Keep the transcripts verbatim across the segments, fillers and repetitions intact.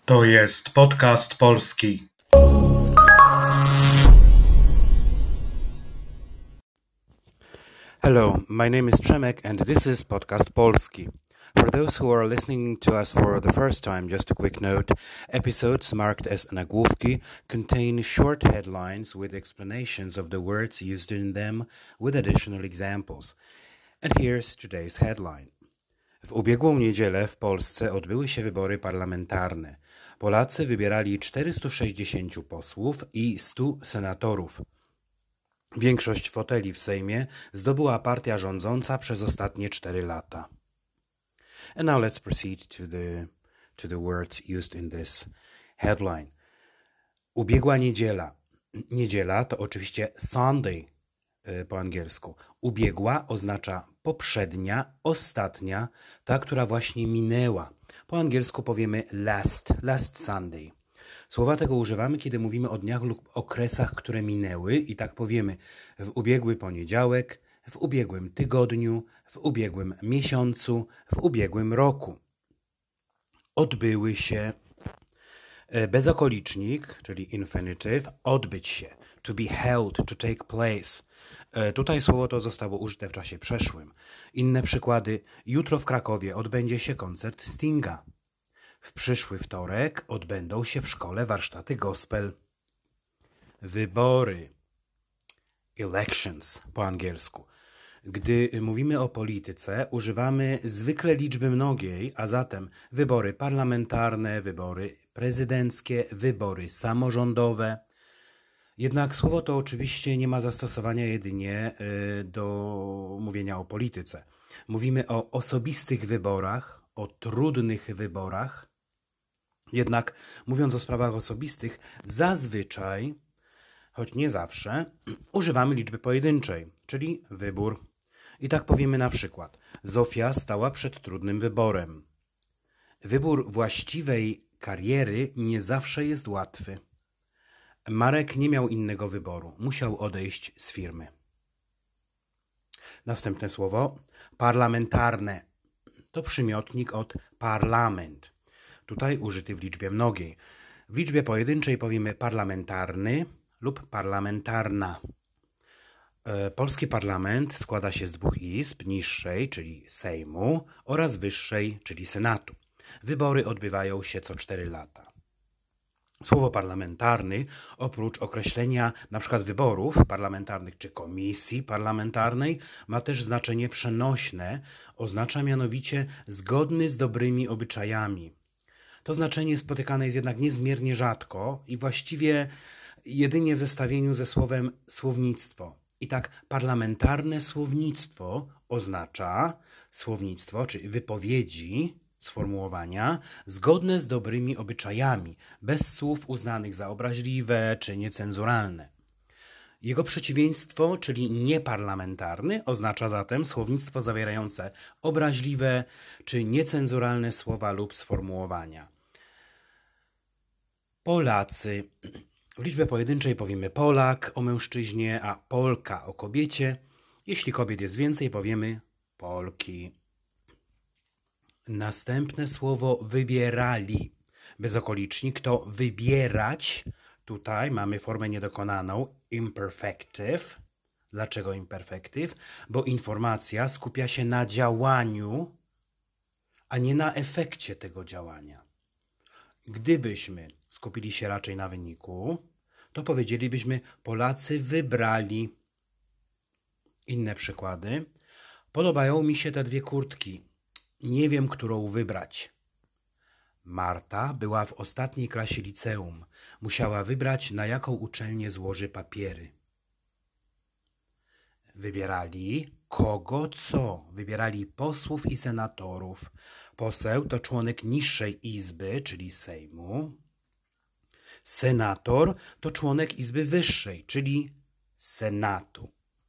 To jest podcast polski. Hello, my name is Przemek and this is Podcast Polski. For those who are listening to us for the first time, just a quick note, episodes marked as nagłówki contain short headlines with explanations of the words used in them with additional examples. And here's today's headline. W ubiegłą niedzielę w Polsce odbyły się wybory parlamentarne. Polacy wybierali czterystu sześćdziesięciu posłów i stu senatorów. Większość foteli w Sejmie zdobyła partia rządząca przez ostatnie cztery lata. And now let's proceed to the, to the words used in this headline. Ubiegła niedziela. Niedziela to oczywiście Sunday po angielsku. Ubiegła oznacza poprzednia, ostatnia, ta, która właśnie minęła. Po angielsku powiemy last, last Sunday. Słowa tego używamy, kiedy mówimy o dniach lub okresach, które minęły i tak powiemy w ubiegły poniedziałek, w ubiegłym tygodniu, w ubiegłym miesiącu, w ubiegłym roku. Odbyły się. Bezokolicznik, czyli infinitive, odbyć się, to be held, to take place. Tutaj słowo to zostało użyte w czasie przeszłym. Inne przykłady. Jutro w Krakowie odbędzie się koncert Stinga. W przyszły wtorek odbędą się w szkole warsztaty gospel. Wybory. Elections po angielsku. Gdy mówimy o polityce, używamy zwykle liczby mnogiej, a zatem wybory parlamentarne, wybory prezydenckie, wybory samorządowe. Jednak słowo to oczywiście nie ma zastosowania jedynie do mówienia o polityce. Mówimy o osobistych wyborach, o trudnych wyborach. Jednak mówiąc o sprawach osobistych, zazwyczaj, choć nie zawsze, używamy liczby pojedynczej, czyli wybór. I tak powiemy na przykład, Zofia stała przed trudnym wyborem. Wybór właściwej kariery nie zawsze jest łatwy. Marek nie miał innego wyboru, musiał odejść z firmy. Następne słowo, parlamentarne. To przymiotnik od parlament. Tutaj użyty w liczbie mnogiej. W liczbie pojedynczej powiemy parlamentarny lub parlamentarna. Polski parlament składa się z dwóch izb, niższej, czyli Sejmu, oraz wyższej, czyli Senatu. Wybory odbywają się co cztery lata. Słowo parlamentarny, oprócz określenia np. wyborów parlamentarnych czy komisji parlamentarnej, ma też znaczenie przenośne, oznacza mianowicie zgodny z dobrymi obyczajami. To znaczenie spotykane jest jednak niezmiernie rzadko i właściwie jedynie w zestawieniu ze słowem słownictwo. I tak parlamentarne słownictwo oznacza słownictwo, czy wypowiedzi, sformułowania zgodne z dobrymi obyczajami, bez słów uznanych za obraźliwe czy niecenzuralne. Jego przeciwieństwo, czyli nieparlamentarny, oznacza zatem słownictwo zawierające obraźliwe czy niecenzuralne słowa lub sformułowania. Polacy. W liczbie pojedynczej powiemy Polak o mężczyźnie, a Polka o kobiecie. Jeśli kobiet jest więcej, powiemy Polki. Następne słowo wybierali. Bezokolicznik to wybierać. Tutaj mamy formę niedokonaną, imperfective. Dlaczego imperfective? Bo informacja skupia się na działaniu, a nie na efekcie tego działania. Gdybyśmy skupili się raczej na wyniku, to powiedzielibyśmy Polacy wybrali. Inne przykłady. Podobają mi się te dwie kurtki. Nie wiem, którą wybrać. Marta była w ostatniej klasie liceum. Musiała wybrać, na jaką uczelnię złoży papiery. Wybierali kogo co? Wybierali posłów i senatorów. Poseł to członek niższej izby, czyli Sejmu. Senator to członek izby wyższej, czyli Senatu.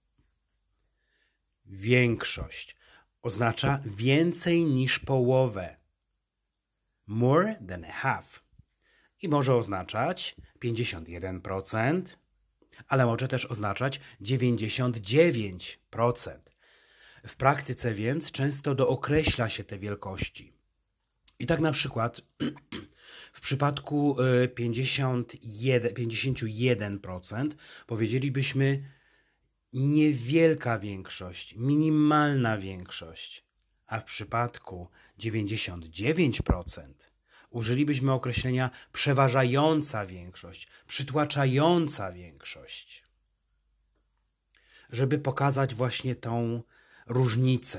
Większość oznacza więcej niż połowę. More than a half. I może oznaczać pięćdziesiąt jeden procent, ale może też oznaczać dziewięćdziesiąt dziewięć procent. W praktyce więc często dookreśla się te wielkości. I tak na przykład W przypadku pięćdziesiąt jeden, pięćdziesiąt jeden procent powiedzielibyśmy niewielka większość, minimalna większość, a w przypadku dziewięćdziesiąt dziewięć procent użylibyśmy określenia przeważająca większość, przytłaczająca większość, żeby pokazać właśnie tą różnicę.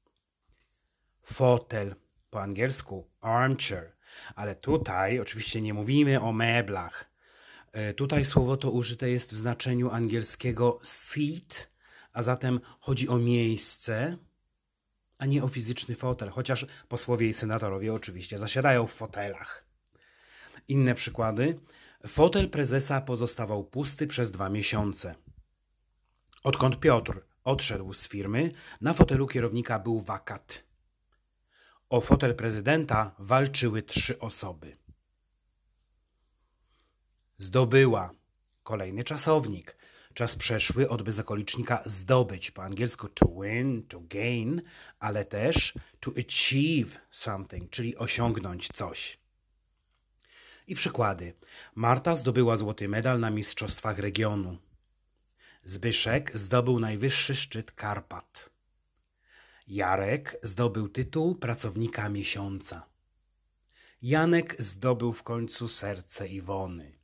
Fotel, po angielsku armchair, ale tutaj oczywiście nie mówimy o meblach. Tutaj słowo to użyte jest w znaczeniu angielskiego seat, a zatem chodzi o miejsce, a nie o fizyczny fotel, chociaż posłowie i senatorowie oczywiście zasiadają w fotelach. Inne przykłady. Fotel prezesa pozostawał pusty przez dwa miesiące. Odkąd Piotr odszedł z firmy, na fotelu kierownika był wakat. O fotel prezydenta walczyły trzy osoby. Zdobyła. Kolejny czasownik. Czas przeszły od bezokolicznika zdobyć, po angielsku to win, to gain, ale też to achieve something, czyli osiągnąć coś. I przykłady. Marta zdobyła złoty medal na mistrzostwach regionu. Zbyszek zdobył najwyższy szczyt Karpat. Jarek zdobył tytuł pracownika miesiąca. Janek zdobył w końcu serce Iwony.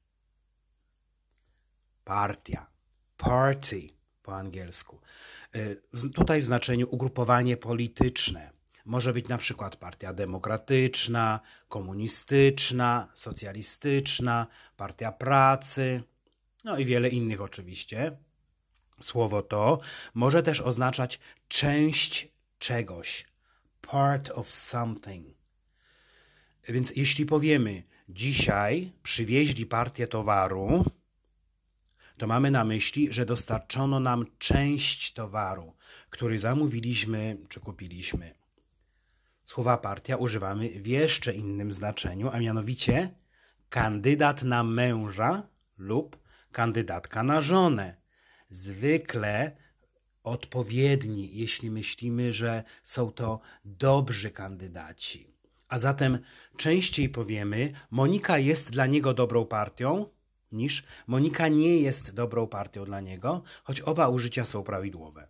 Partia. Party po angielsku. Tutaj w znaczeniu ugrupowanie polityczne. Może być na przykład partia demokratyczna, komunistyczna, socjalistyczna, partia pracy, no i wiele innych oczywiście. Słowo to może też oznaczać część czegoś. Part of something. Więc jeśli powiemy dzisiaj przywieźli partię towaru, to mamy na myśli, że dostarczono nam część towaru, który zamówiliśmy czy kupiliśmy. Słowa partia używamy w jeszcze innym znaczeniu, a mianowicie kandydat na męża lub kandydatka na żonę. Zwykle odpowiedni, jeśli myślimy, że są to dobrzy kandydaci. A zatem częściej powiemy, Monika jest dla niego dobrą partią, niż Monika nie jest dobrą partią dla niego, choć oba użycia są prawidłowe.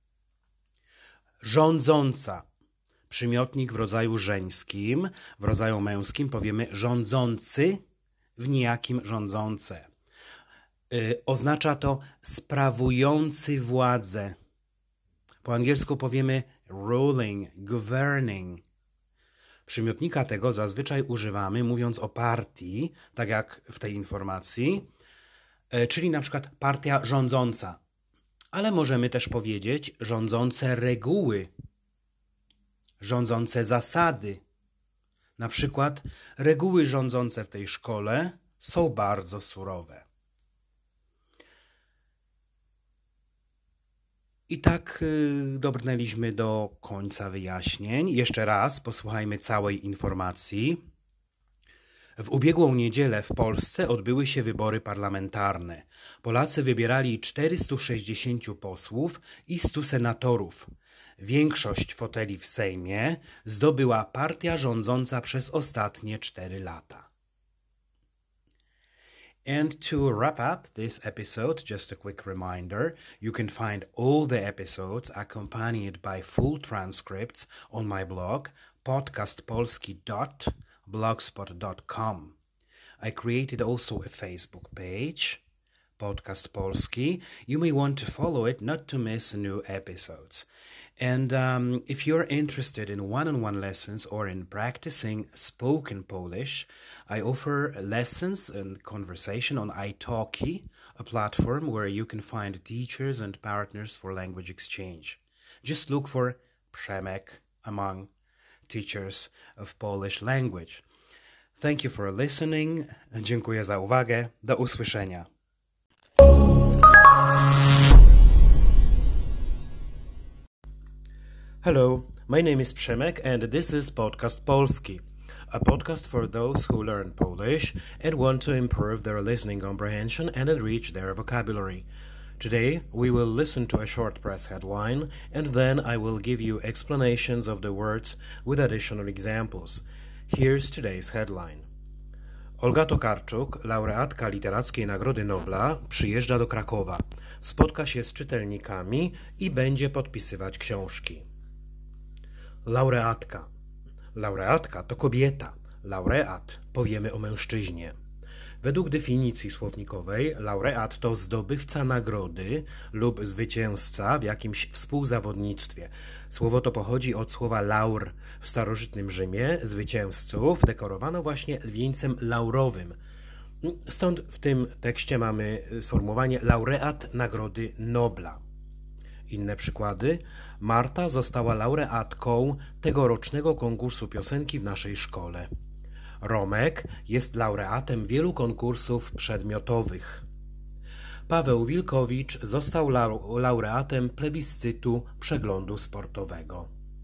Rządząca. Przymiotnik w rodzaju żeńskim, w rodzaju męskim powiemy rządzący, w nijakim rządzące. Yy, oznacza to sprawujący władzę. Po angielsku powiemy ruling, governing. Przymiotnika tego zazwyczaj używamy mówiąc o partii, tak jak w tej informacji, yy, czyli na przykład partia rządząca. Ale możemy też powiedzieć rządzące reguły, rządzące zasady. Na przykład reguły rządzące w tej szkole są bardzo surowe. I tak yy, dobrnęliśmy do końca wyjaśnień. Jeszcze raz posłuchajmy całej informacji. W ubiegłą niedzielę w Polsce odbyły się wybory parlamentarne. Polacy wybierali czterystu sześćdziesięciu posłów i stu senatorów. Większość foteli w Sejmie zdobyła partia rządząca przez ostatnie cztery lata. And to wrap up this episode, just a quick reminder, you can find all the episodes accompanied by full transcripts on my blog podcast polski dot blogspot dot com. I created also a Facebook page, Podcast Polski. You may want to follow it not to miss new episodes. And um, if you're interested in one-on-one lessons or in practicing spoken Polish, I offer lessons and conversation on italki, a platform where you can find teachers and partners for language exchange. Just look for Przemek among teachers of Polish language. Thank you for listening. Dziękuję za uwagę. Do usłyszenia. Hello, my name is Przemek and this is Podcast Polski, a podcast for those who learn Polish and want to improve their listening comprehension and enrich their vocabulary. Today we will listen to a short press headline and then I will give you explanations of the words with additional examples. Here's today's headline. Olga Tokarczuk, laureatka Literackiej Nagrody Nobla, przyjeżdża do Krakowa, spotka się z czytelnikami i będzie podpisywać książki. Laureatka. Laureatka to kobieta. Laureat powiemy o mężczyźnie. Według definicji słownikowej laureat to zdobywca nagrody lub zwycięzca w jakimś współzawodnictwie. Słowo to pochodzi od słowa laur. W starożytnym Rzymie zwycięzców dekorowano właśnie wieńcem laurowym. Stąd w tym tekście mamy sformułowanie laureat Nagrody Nobla. Inne przykłady. Marta została laureatką tegorocznego konkursu piosenki w naszej szkole. Romek jest laureatem wielu konkursów przedmiotowych. Paweł Wilkowicz został laureatem plebiscytu przeglądu sportowego.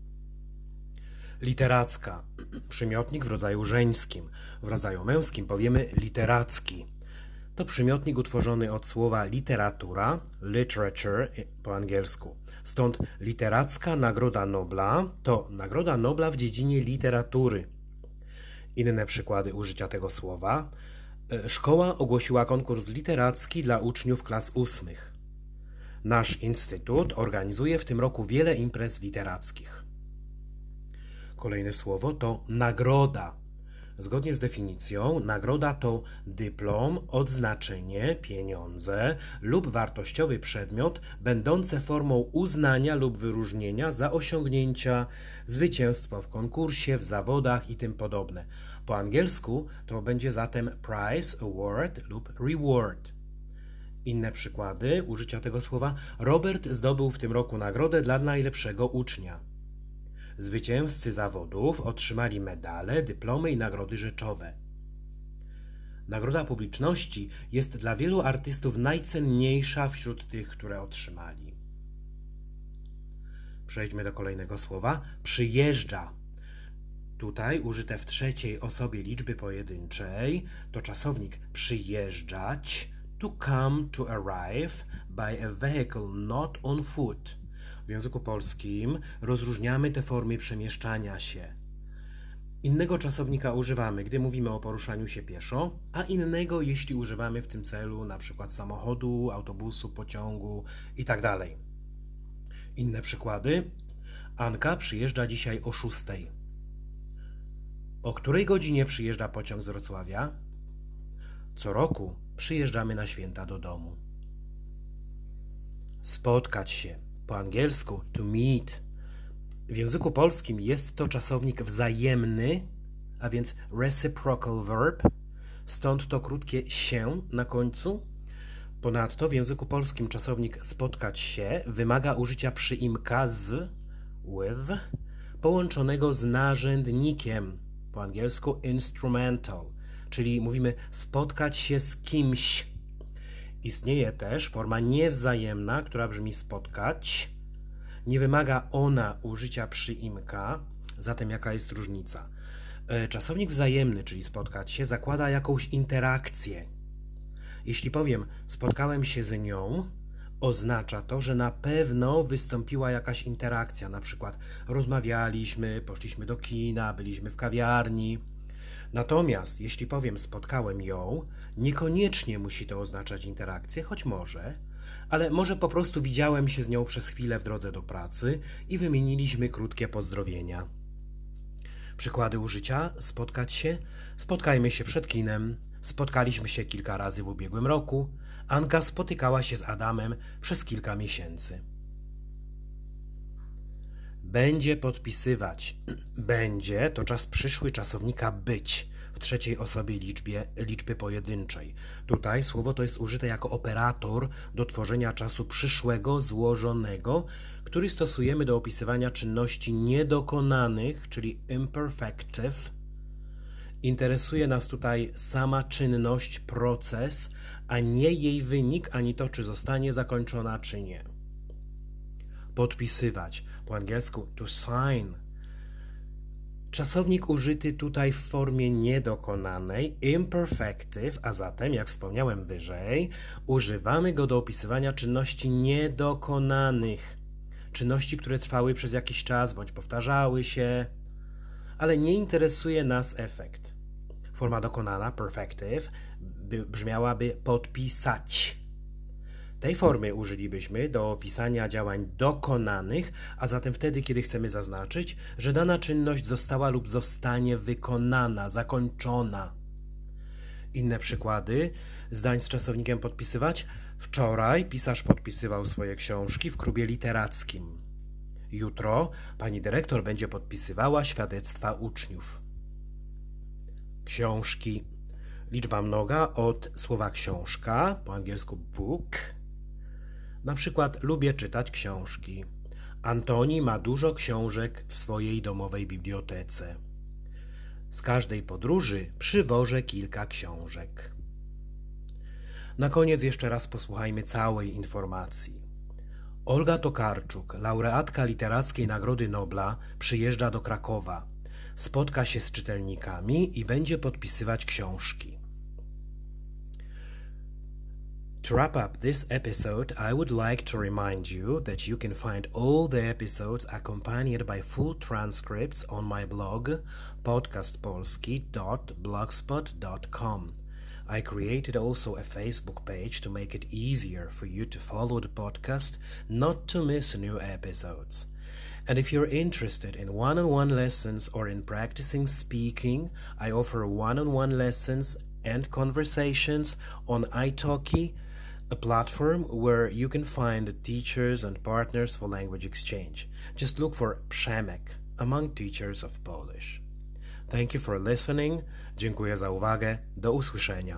Literacka. Przymiotnik w rodzaju żeńskim. W rodzaju męskim powiemy literacki. To przymiotnik utworzony od słowa literatura, literature po angielsku. Stąd Literacka Nagroda Nobla to Nagroda Nobla w dziedzinie literatury. Inne przykłady użycia tego słowa. Szkoła ogłosiła konkurs literacki dla uczniów klas ósmych. Nasz instytut organizuje w tym roku wiele imprez literackich. Kolejne słowo to nagroda. Zgodnie z definicją, nagroda to dyplom, odznaczenie, pieniądze lub wartościowy przedmiot będące formą uznania lub wyróżnienia za osiągnięcia, zwycięstwo w konkursie, w zawodach i tym podobne. Po angielsku to będzie zatem prize, award lub reward. Inne przykłady użycia tego słowa. Robert zdobył w tym roku nagrodę dla najlepszego ucznia. Zwycięzcy zawodów otrzymali medale, dyplomy i nagrody rzeczowe. Nagroda publiczności jest dla wielu artystów najcenniejsza wśród tych, które otrzymali. Przejdźmy do kolejnego słowa. Przyjeżdża. Tutaj użyte w trzeciej osobie liczby pojedynczej to czasownik przyjeżdżać, to come, to arrive by a vehicle not on foot. W języku polskim rozróżniamy te formy przemieszczania się. Innego czasownika używamy, gdy mówimy o poruszaniu się pieszo, a innego, jeśli używamy w tym celu na przykład samochodu, autobusu, pociągu itd. Inne przykłady. Anka przyjeżdża dzisiaj o szóstej. O której godzinie przyjeżdża pociąg z Wrocławia? Co roku przyjeżdżamy na święta do domu. Spotkać się. Po angielsku to meet. W języku polskim jest to czasownik wzajemny, a więc reciprocal verb, stąd to krótkie się na końcu. Ponadto w języku polskim czasownik spotkać się wymaga użycia przyimka z, with, połączonego z narzędnikiem, po angielsku instrumental, czyli mówimy spotkać się z kimś. Istnieje też forma niewzajemna, która brzmi spotkać. Nie wymaga ona użycia przyimka, zatem jaka jest różnica? Czasownik wzajemny, czyli spotkać się, zakłada jakąś interakcję. Jeśli powiem spotkałem się z nią, oznacza to, że na pewno wystąpiła jakaś interakcja, na przykład rozmawialiśmy, poszliśmy do kina, byliśmy w kawiarni. Natomiast jeśli powiem spotkałem ją, niekoniecznie musi to oznaczać interakcję, choć może, ale może po prostu widziałem się z nią przez chwilę w drodze do pracy i wymieniliśmy krótkie pozdrowienia. Przykłady użycia: spotkać się, spotkajmy się przed kinem, spotkaliśmy się kilka razy w ubiegłym roku, Anka spotykała się z Adamem przez kilka miesięcy. Będzie podpisywać. Będzie to czas przyszły czasownika być w trzeciej osobie liczbie, liczby pojedynczej. Tutaj słowo to jest użyte jako operator do tworzenia czasu przyszłego, złożonego, który stosujemy do opisywania czynności niedokonanych, czyli imperfective. Interesuje nas tutaj sama czynność, proces, a nie jej wynik, ani to, czy zostanie zakończona, czy nie. Podpisywać. Po angielsku to sign. Czasownik użyty tutaj w formie niedokonanej, imperfective, a zatem, jak wspomniałem wyżej, używamy go do opisywania czynności niedokonanych. Czynności, które trwały przez jakiś czas, bądź powtarzały się, ale nie interesuje nas efekt. Forma dokonana, perfective, by, brzmiałaby podpisać. Tej formy użylibyśmy do opisania działań dokonanych, a zatem wtedy, kiedy chcemy zaznaczyć, że dana czynność została lub zostanie wykonana, zakończona. Inne przykłady zdań z czasownikiem podpisywać. Wczoraj pisarz podpisywał swoje książki w klubie literackim. Jutro pani dyrektor będzie podpisywała świadectwa uczniów. Książki. Liczba mnoga od słowa książka, po angielsku book. Na przykład lubię czytać książki. Antoni ma dużo książek w swojej domowej bibliotece. Z każdej podróży przywożę kilka książek. Na koniec jeszcze raz posłuchajmy całej informacji. Olga Tokarczuk, laureatka Literackiej Nagrody Nobla, przyjeżdża do Krakowa. Spotka się z czytelnikami i będzie podpisywać książki. To wrap up this episode, I would like to remind you that you can find all the episodes accompanied by full transcripts on my blog podcast polski dot blogspot dot com. I created also a Facebook page to make it easier for you to follow the podcast, not to miss new episodes. And if you're interested in one-on-one lessons or in practicing speaking, I offer one-on-one lessons and conversations on italki, a platform where you can find teachers and partners for language exchange. Just look for Przemek among teachers of Polish. Thank you for listening. Dziękuję za uwagę. Do usłyszenia.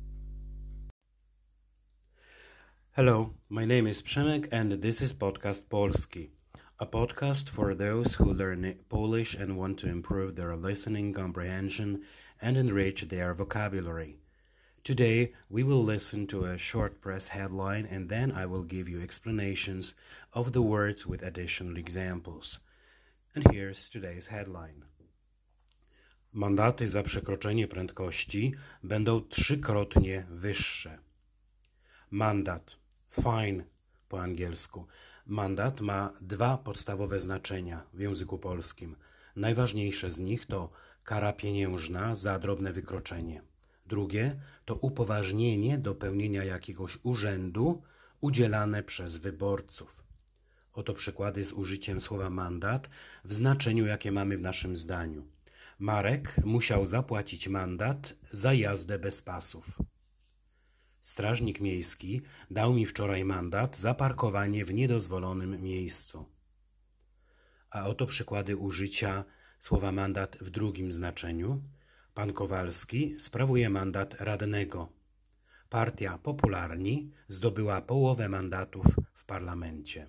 Hello, my name is Przemek and this is Podcast Polski, a podcast for those who learn Polish and want to improve their listening comprehension and enrich their vocabulary. Today, we will listen to a short press headline and then I will give you explanations of the words with additional examples. And here's today's headline. Mandaty za przekroczenie prędkości będą trzykrotnie wyższe. Mandat, fine po angielsku. Mandat ma dwa podstawowe znaczenia w języku polskim. Najważniejsze z nich to kara pieniężna za drobne wykroczenie. Drugie to upoważnienie do pełnienia jakiegoś urzędu udzielane przez wyborców. Oto przykłady z użyciem słowa mandat w znaczeniu, jakie mamy w naszym zdaniu. Marek musiał zapłacić mandat za jazdę bez pasów. Strażnik miejski dał mi wczoraj mandat za parkowanie w niedozwolonym miejscu. A oto przykłady użycia słowa mandat w drugim znaczeniu. Pan Kowalski sprawuje mandat radnego. Partia Popularni zdobyła połowę mandatów w parlamencie.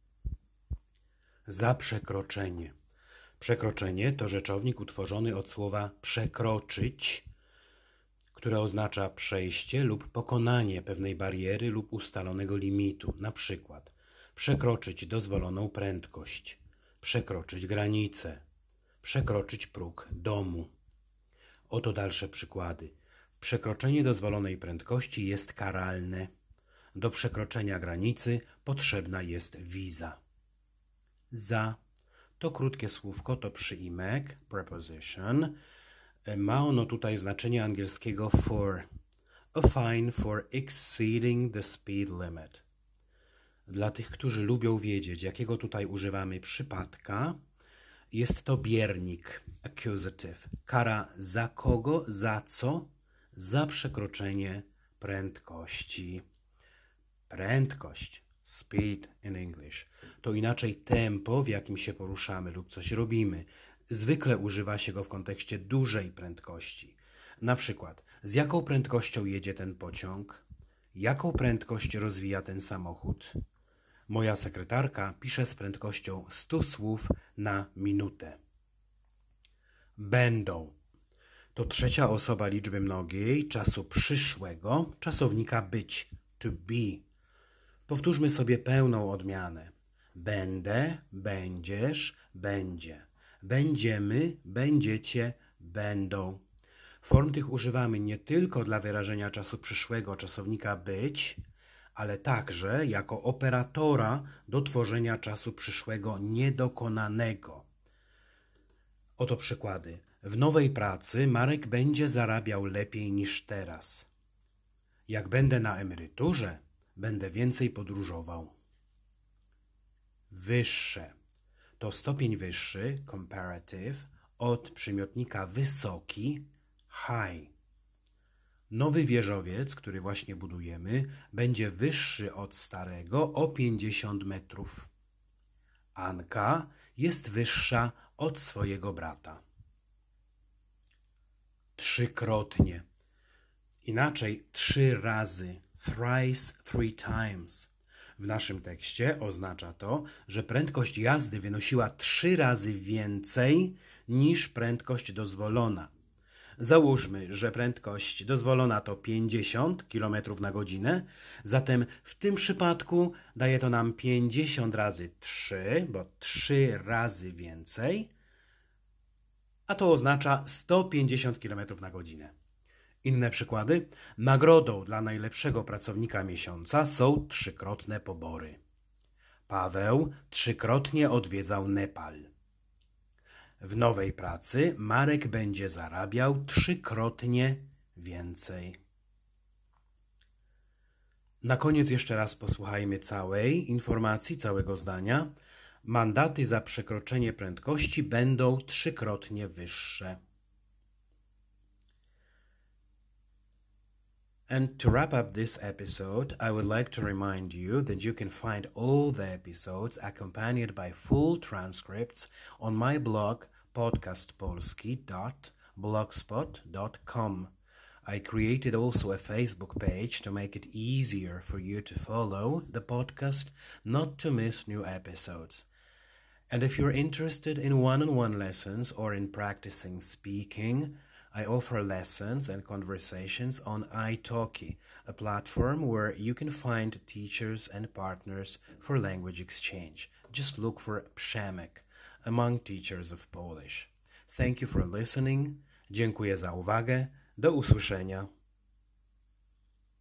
Za przekroczenie. Przekroczenie to rzeczownik utworzony od słowa przekroczyć, które oznacza przejście lub pokonanie pewnej bariery lub ustalonego limitu. Na przykład przekroczyć dozwoloną prędkość, przekroczyć granicę, przekroczyć próg domu. Oto dalsze przykłady. Przekroczenie dozwolonej prędkości jest karalne. Do przekroczenia granicy potrzebna jest wiza. Za to krótkie słówko, to przyimek, preposition. Ma ono tutaj znaczenie angielskiego for. A fine for exceeding the speed limit. Dla tych, którzy lubią wiedzieć, jakiego tutaj używamy przypadka, jest to biernik, accusative. Kara za kogo, za co? Za przekroczenie prędkości. Prędkość, speed in English, to inaczej tempo, w jakim się poruszamy lub coś robimy. Zwykle używa się go w kontekście dużej prędkości. Na przykład, z jaką prędkością jedzie ten pociąg? Jaką prędkość rozwija ten samochód? Moja sekretarka pisze z prędkością stu słów na minutę. Będą. To trzecia osoba liczby mnogiej, czasu przyszłego, czasownika być, to be. Powtórzmy sobie pełną odmianę. Będę, będziesz, będzie. Będziemy, będziecie, będą. Form tych używamy nie tylko dla wyrażenia czasu przyszłego, czasownika być, ale także jako operatora do tworzenia czasu przyszłego niedokonanego. Oto przykłady. W nowej pracy Marek będzie zarabiał lepiej niż teraz. Jak będę na emeryturze, będę więcej podróżował. Wyższe to stopień wyższy, comparative, od przymiotnika wysoki, high. Nowy wieżowiec, który właśnie budujemy, będzie wyższy od starego o pięćdziesiąt metrów. Anka jest wyższa od swojego brata. Trzykrotnie. Inaczej trzy razy. Thrice, three times. W naszym tekście oznacza to, że prędkość jazdy wynosiła trzy razy więcej niż prędkość dozwolona. Załóżmy, że prędkość dozwolona to pięćdziesiąt kilometrów na godzinę, zatem w tym przypadku daje to nam pięćdziesiąt razy trzy, bo trzy razy więcej, a to oznacza sto pięćdziesiąt kilometrów na godzinę. Inne przykłady. Nagrodą dla najlepszego pracownika miesiąca są trzykrotne pobory. Paweł trzykrotnie odwiedzał Nepal. W nowej pracy Marek będzie zarabiał trzykrotnie więcej. Na koniec jeszcze raz posłuchajmy całej informacji, całego zdania. Mandaty za przekroczenie prędkości będą trzykrotnie wyższe. And to wrap up this episode, I would like to remind you that you can find all the episodes accompanied by full transcripts on my blog podcast polski dot blogspot dot com. I created also a Facebook page to make it easier for you to follow the podcast, not to miss new episodes. And if you're interested in one-on-one lessons or in practicing speaking, I offer lessons and conversations on italki, a platform where you can find teachers and partners for language exchange. Just look for Przemek among teachers of Polish. Thank you for listening. Dziękuję za uwagę. Do usłyszenia.